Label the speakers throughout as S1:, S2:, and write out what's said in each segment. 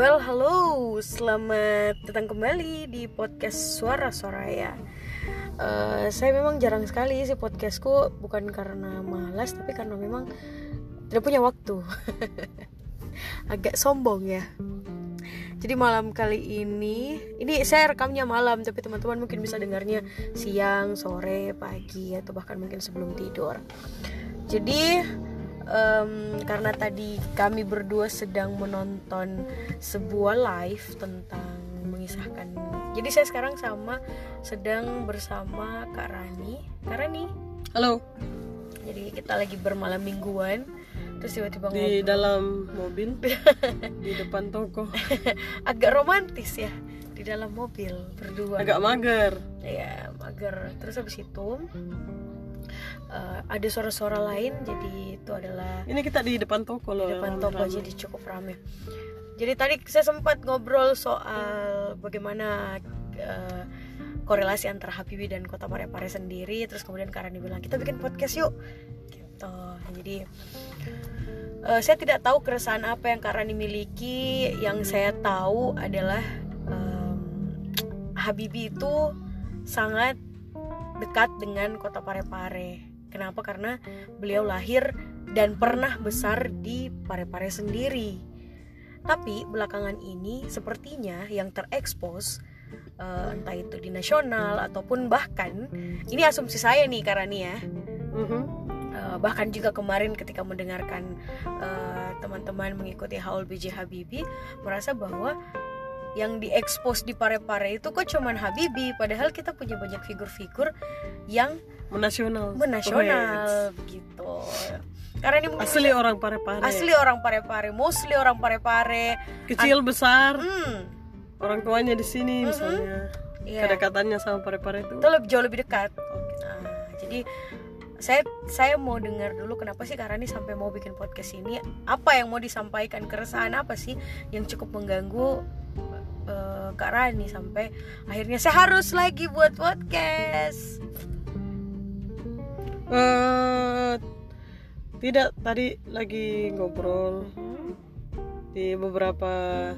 S1: Well, halo, selamat datang kembali di podcast Suara Soraya. Saya memang jarang sekali isi podcastku, bukan karena malas, tapi karena memang tidak punya waktu. Agak sombong ya. Jadi malam kali ini saya rekamnya malam, tapi teman-teman mungkin bisa dengarnya siang, sore, pagi, atau bahkan mungkin sebelum tidur. Jadi karena tadi kami berdua sedang menonton sebuah live tentang mengisahkan. Jadi saya sekarang sedang bersama Kak Rani. Kak Rani,
S2: halo.
S1: Jadi kita lagi bermalam mingguan. Terus tiba-tiba
S2: di dalam mobil di depan toko.
S1: Agak romantis ya, di dalam mobil berdua.
S2: Agak mager.
S1: Iya, mager. Terus habis itu ada suara-suara lain, jadi itu adalah
S2: ini kita di depan toko loh.
S1: Di depan toko jadi cukup ramai. Jadi tadi saya sempat ngobrol soal bagaimana korelasi antara Habibie dan Kota Parepare sendiri. Terus kemudian Kak Rani bilang kita bikin podcast yuk gitu. Jadi saya tidak tahu keresahan apa yang Kak Rani miliki. Yang saya tahu adalah Habibie itu sangat dekat dengan Kota Parepare. Kenapa? Karena beliau lahir dan pernah besar di Parepare sendiri. Tapi belakangan ini sepertinya yang terekspos entah itu di nasional ataupun bahkan ini asumsi saya nih Karani ya. Bahkan juga kemarin ketika mendengarkan teman-teman mengikuti haul B.J. Habibie merasa bahwa yang diekspos di Parepare itu kok cuman Habibie, padahal kita punya banyak figur-figur yang menasional gitu. Karena ini
S2: asli orang Parepare,
S1: mostly orang Parepare,
S2: kecil besar, orang tuanya di sini misalnya, kedekatannya sama Parepare itu
S1: jauh lebih dekat. Nah, jadi saya mau dengar dulu kenapa sih Kak Rani sampai mau bikin podcast ini, apa yang mau disampaikan, keresahan apa sih yang cukup mengganggu Kak Rani sampai akhirnya saya harus lagi buat podcast.
S2: Tidak, tadi lagi ngobrol di beberapa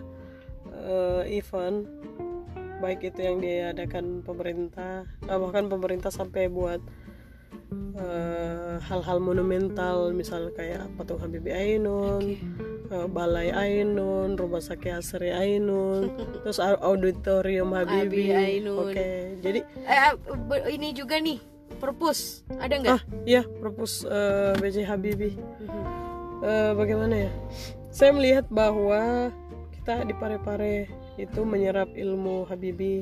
S2: event, baik itu yang diadakan pemerintah, bahkan pemerintah sampai buat hal-hal monumental, misal kayak patung Habibie Ainun, Balai Ainun, Rumah Sakit Asri Ainun, terus auditorium Habibie Ainun. Oke. Jadi
S1: ini juga nih perpus ada nggak?
S2: Iya, perpus B.J. Habibie. Bagaimana ya? Saya melihat bahwa kita di Parepare itu menyerap ilmu Habibie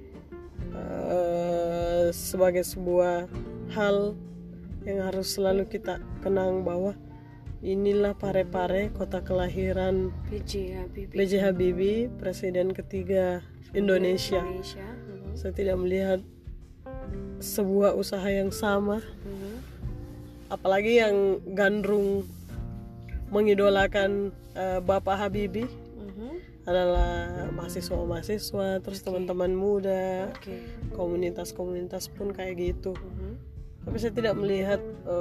S2: sebagai sebuah hal yang harus selalu kita kenang, bahwa inilah Parepare, kota kelahiran B.J. Habibie, presiden ketiga Indonesia. Saya tidak melihat sebuah usaha yang sama, apalagi yang gandrung mengidolakan Bapak Habibie adalah mahasiswa-mahasiswa, terus teman-teman muda, komunitas-komunitas pun kayak gitu. Tapi saya tidak melihat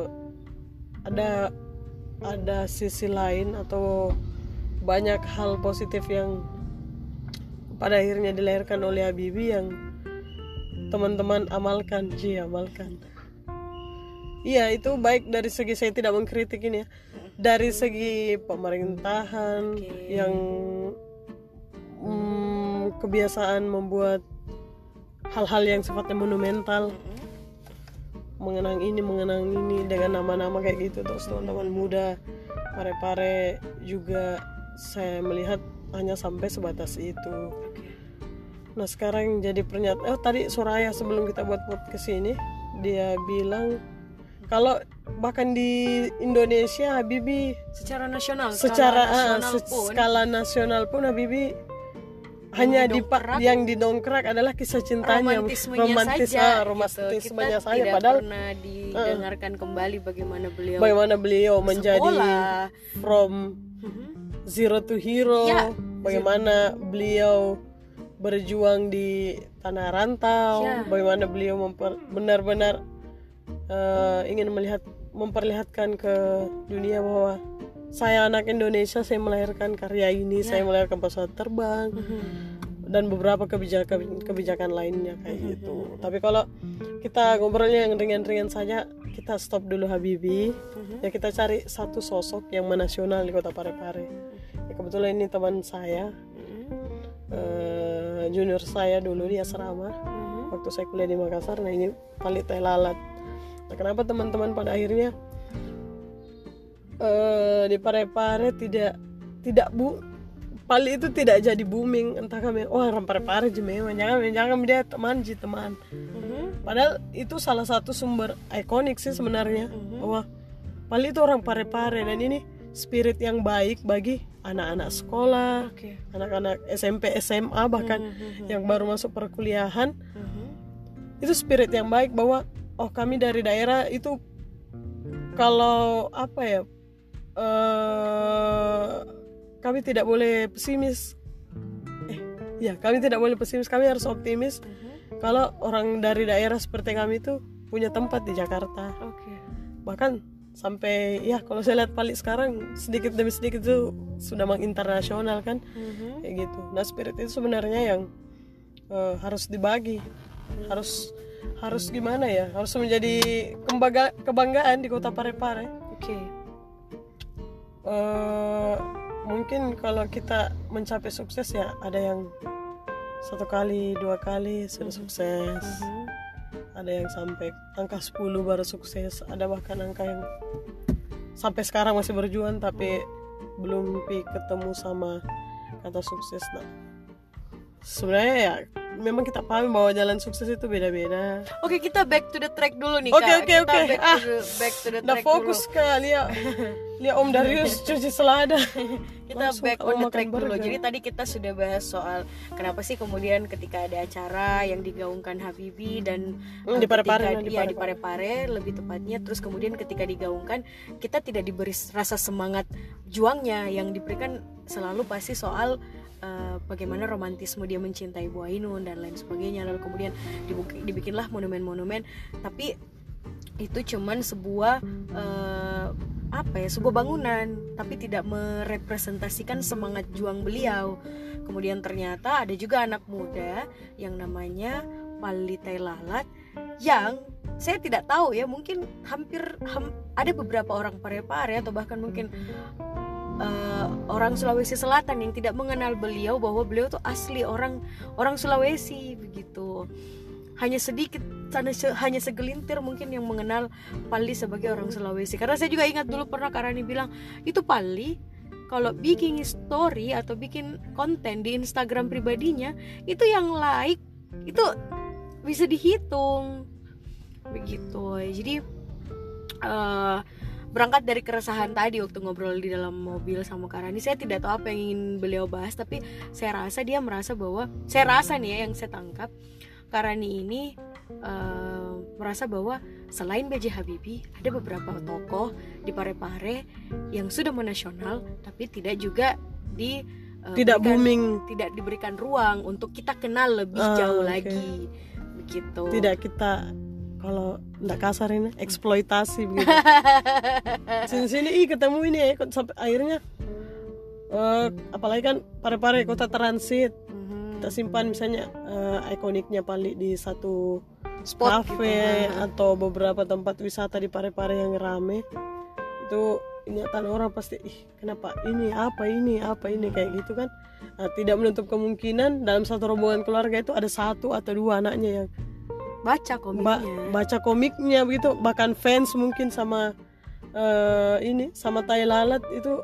S2: ada sisi lain atau banyak hal positif yang pada akhirnya dilahirkan oleh Habibie yang teman-teman amalkan. Iya, itu baik dari segi, saya tidak mengkritik ini ya, dari segi pemerintahan yang kebiasaan membuat hal-hal yang sifatnya monumental, mengenang ini dengan nama-nama kayak gitu. Terus teman-teman muda Parepare juga saya melihat hanya sampai sebatas itu. Nah sekarang jadi pernyataan tadi Soraya sebelum kita buat podcast ini, dia bilang kalau bahkan di Indonesia Habibie
S1: secara nasional
S2: skala nasional pun Habibie hanya yang didongkrak adalah kisah cintanya, romantismenya saja,
S1: tidak
S2: padahal
S1: pernah didengarkan kembali bagaimana
S2: beliau menjadi from zero to hero, bagaimana beliau berjuang di tanah rantau, bagaimana beliau benar-benar ingin memperlihatkan ke dunia bahwa saya anak Indonesia, saya melahirkan karya ini, saya melahirkan pesawat terbang dan beberapa kebijakan lainnya kayak gitu. Tapi kalau kita ngobrolnya yang ringan-ringan saja, kita stop dulu Habibie. Ya kita cari satu sosok yang menasional di Kota Parepare. Ya, kebetulan ini teman saya, junior saya dulu di asrama waktu saya kuliah di Makassar. Nah ini Pali Teh Lalat. Nah kenapa teman-teman pada akhirnya di Parepare tidak Pali itu tidak jadi booming, entah kami orang Parepare jemewa, jangan dia teman. Padahal itu salah satu sumber ikonik sih sebenarnya, bahwa Pali itu orang Parepare, dan ini spirit yang baik bagi anak-anak sekolah, anak-anak SMP, SMA bahkan yang baru masuk perkuliahan. Itu spirit yang baik bahwa kami dari daerah itu, kalau apa ya, kami tidak boleh pesimis. Kami tidak boleh pesimis, kami harus optimis. Kalau orang dari daerah seperti kami itu punya tempat di Jakarta. Bahkan sampai kalau saya lihat Pali sekarang sedikit demi sedikit itu sudah menginternasional kan, kayak gitu. Nah spirit itu sebenarnya yang harus dibagi, harus gimana ya, harus menjadi kebanggaan di Kota Parepare. Mungkin kalau kita mencapai sukses ya ada yang 1 kali 2 kali sudah sukses, ada yang sampai angka 10 baru sukses, ada bahkan angka yang sampai sekarang masih berjuang tapi belum ketemu sama kata sukses. Nah sebenarnya ya memang kita paham bahwa jalan sukses itu beda-beda.
S1: Oke, kita back to the track dulu nih,
S2: Kak.
S1: Oke.
S2: Back to the track fokus dulu. Kali ya. Lihat Om Darius cuci selada.
S1: Kita back on the track dulu. Jadi tadi kita sudah bahas soal kenapa sih kemudian ketika ada acara yang digaungkan Habibie dan
S2: di Parepare,
S1: di Parepare lebih tepatnya, terus kemudian ketika digaungkan kita tidak diberi rasa semangat juangnya, yang diberikan selalu pasti soal bagaimana romantisme dia mencintai Bu Ainun dan lain sebagainya. Lalu kemudian dibikinlah monumen-monumen, tapi itu cuman sebuah sebuah bangunan, tapi tidak merepresentasikan semangat juang beliau. Kemudian ternyata ada juga anak muda yang namanya Pali Teh Lalat, yang saya tidak tahu ya, mungkin ada beberapa orang Parepare atau bahkan mungkin orang Sulawesi Selatan yang tidak mengenal beliau, bahwa beliau tuh asli orang Sulawesi begitu. Hanya sedikit, hanya segelintir mungkin yang mengenal Pali sebagai orang Sulawesi. Karena saya juga ingat dulu pernah Kak Rani bilang, itu Pali kalau bikin story atau bikin konten di Instagram pribadinya, itu yang like itu bisa dihitung begitu. Jadi berangkat dari keresahan tadi waktu ngobrol di dalam mobil sama Kak Rani, saya tidak tahu apa yang ingin beliau bahas, tapi saya rasa dia merasa bahwa, saya rasa nih ya, yang saya tangkap, Kak Rani ini merasa bahwa selain B.J. Habibie ada beberapa tokoh di Parepare yang sudah menasional, tapi tidak juga
S2: booming,
S1: tidak diberikan ruang untuk kita kenal lebih jauh lagi begitu. Tidak
S2: kita, kalau nggak kasar ini, eksploitasi begitu. Sini ketemu ini ya, sampai akhirnya apalagi kan Parepare kota transit, kita simpan misalnya ikoniknya Pali di satu spot cafe gitu, atau beberapa tempat wisata di Parepare yang rame, itu ingatan orang pasti, kenapa ini, apa ini kayak gitu kan. Nah, tidak menutup kemungkinan dalam satu rombongan keluarga itu ada 1 atau 2 anaknya yang baca komiknya begitu, bahkan fans mungkin sama sama Teh Lalat itu.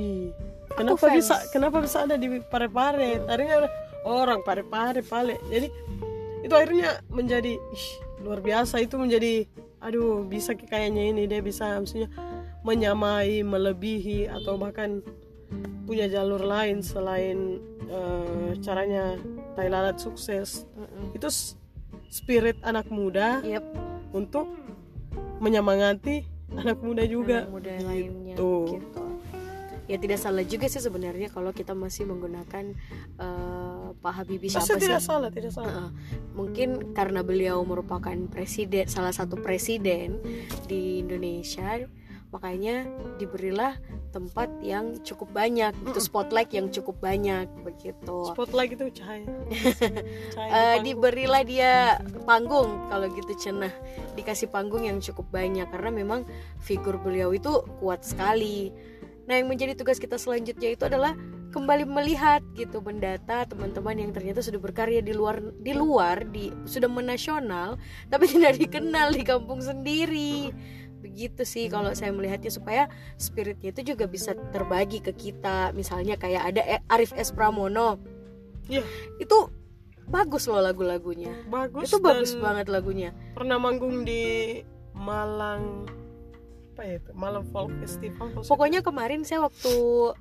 S2: Kenapa bisa ada di Parepare? Tadinya orang Parepare Pali. Jadi itu akhirnya menjadi luar biasa, itu menjadi bisa kayaknya ini dia bisa maksudnya menyamai, melebihi, atau bahkan punya jalur lain selain caranya Teh Lalat sukses. Itu spirit anak muda untuk menyemangati anak muda juga,
S1: anak muda lainnya gitu. Ya tidak salah juga sih sebenarnya kalau kita masih menggunakan Pak Habibie siapa sih?
S2: Tidak salah.
S1: Mungkin karena beliau merupakan salah satu presiden di Indonesia, makanya diberilah tempat yang cukup banyak, itu spotlight yang cukup banyak begitu.
S2: Spotlight itu cahaya.
S1: Diberilah dia panggung kalau gitu cenah, dikasih panggung yang cukup banyak karena memang figur beliau itu kuat sekali. Nah, yang menjadi tugas kita selanjutnya itu adalah kembali melihat gitu, mendata teman-teman yang ternyata sudah berkarya di luar sudah menasional tapi tidak dikenal di kampung sendiri. Begitu sih kalau saya melihatnya, supaya spiritnya itu juga bisa terbagi ke kita. Misalnya kayak ada Arif S. Pramono.
S2: Iya.
S1: Itu bagus loh lagu-lagunya. Itu bagus banget lagunya.
S2: Pernah manggung di Malang, apa ya itu? Malang Folk Festival.
S1: Pokoknya kemarin saya waktu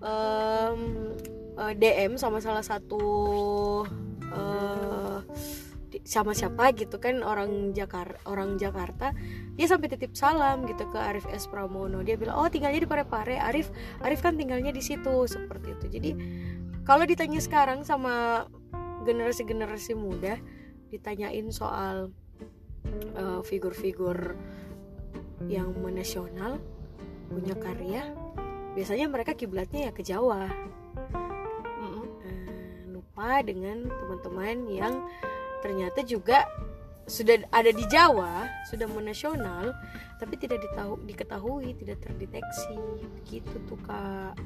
S1: DM sama salah satu sama siapa gitu kan, orang Jakarta, dia sampai titip salam gitu ke Arif S. Pramono. Dia bilang, oh tinggalnya di Parepare, Arif kan tinggalnya di situ, seperti itu. Jadi kalau ditanya sekarang sama generasi muda, ditanyain soal figur-figur yang menasional punya karya, biasanya mereka kiblatnya ya ke Jawa. Lupa dengan teman-teman yang ternyata juga sudah ada di Jawa, sudah menasional, tapi tidak diketahui, tidak terdeteksi. Begitu tuh Kak.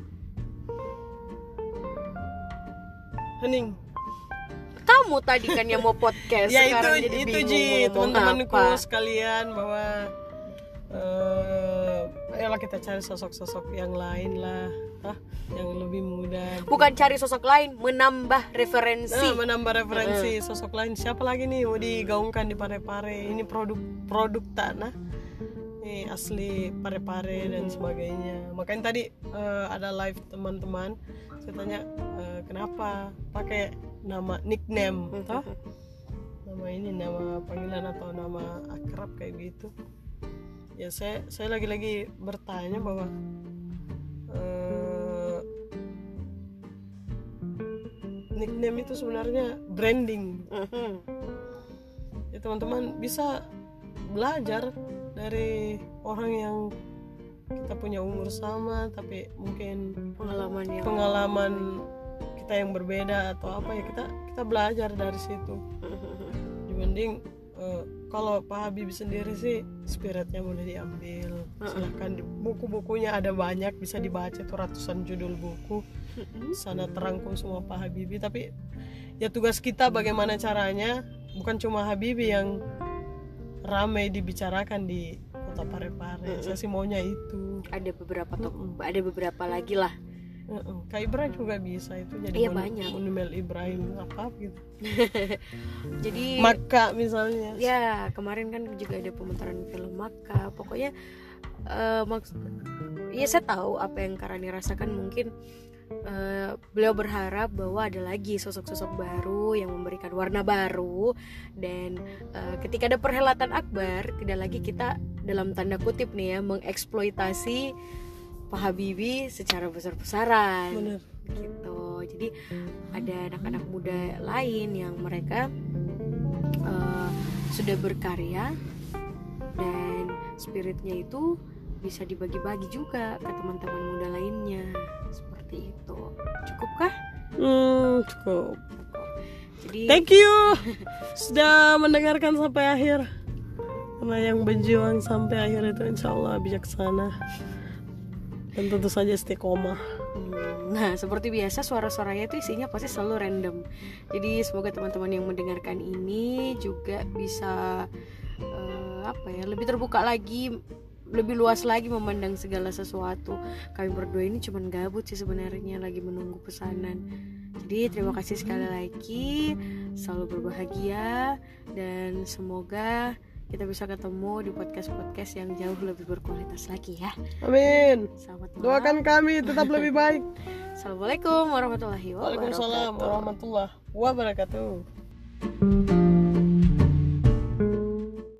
S2: Hening.
S1: Kamu tadi kan yang mau podcast,
S2: ya
S1: sekarang
S2: itu,
S1: jadi
S2: itu
S1: bingung
S2: Ji, teman-temanku
S1: apa.
S2: sekalian, bahwa ayolah kita cari sosok-sosok yang lain lah, yang lebih muda.
S1: Bukan cari sosok lain, menambah referensi.
S2: Menambah referensi sosok lain. Siapa lagi nih mau digaungkan di Parepare? Ini produk tanah, ini asli Parepare dan sebagainya. Makanya tadi ada live teman-teman, saya tanya kenapa pakai nama nickname, nama ini, nama panggilan atau nama akrab kayak gitu. Ya saya lagi-lagi bertanya bahwa nickname itu sebenarnya branding. Ya teman-teman bisa belajar dari orang yang kita punya umur sama tapi mungkin pengalaman kita yang berbeda atau apa, ya kita belajar dari situ. Dibanding kalau Pak Habibie sendiri sih spiritnya boleh diambil, silahkan. Buku-bukunya ada banyak, bisa dibaca tuh ratusan judul buku, sana terangkum semua Pak Habibie. Tapi ya tugas kita bagaimana caranya, bukan cuma Habibie yang ramai dibicarakan di kota Parepare. Saya sih maunya itu.
S1: Ada beberapa lagi lah.
S2: Kak Ibrahim juga bisa itu jadi monumen Ibrahim apa gitu.
S1: Jadi
S2: Makka misalnya.
S1: Ya kemarin kan juga ada pemutaran film Makka. Pokoknya ya saya tahu apa yang Karani rasakan. Mungkin beliau berharap bahwa ada lagi sosok-sosok baru yang memberikan warna baru. Dan ketika ada perhelatan akbar, tidak lagi kita dalam tanda kutip nih ya mengeksploitasi Pak Habibie secara besar-besaran.
S2: Bener.
S1: Gitu. Jadi ada anak-anak muda lain yang mereka sudah berkarya dan spiritnya itu bisa dibagi-bagi juga ke teman-teman muda lainnya. Seperti itu. Cukupkah?
S2: Cukup.
S1: Jadi
S2: thank you sudah mendengarkan sampai akhir. Karena yang berjuang sampai akhir itu insya Allah bijaksana dan tentu saja istiqomah.
S1: Nah, seperti biasa suara-suaranya itu isinya pasti selalu random. Jadi semoga teman-teman yang mendengarkan ini juga bisa lebih terbuka lagi, lebih luas lagi memandang segala sesuatu. Kami berdua ini cuman gabut sih sebenarnya, lagi menunggu pesanan. Jadi terima kasih sekali lagi, selalu berbahagia, dan semoga kita bisa ketemu di podcast-podcast yang jauh lebih berkualitas lagi ya.
S2: Amin.
S1: Selamat malam.
S2: Doakan kami tetap lebih baik.
S1: Assalamualaikum warahmatullahi wabarakatuh.
S2: Waalaikumsalam warahmatullahi wabarakatuh.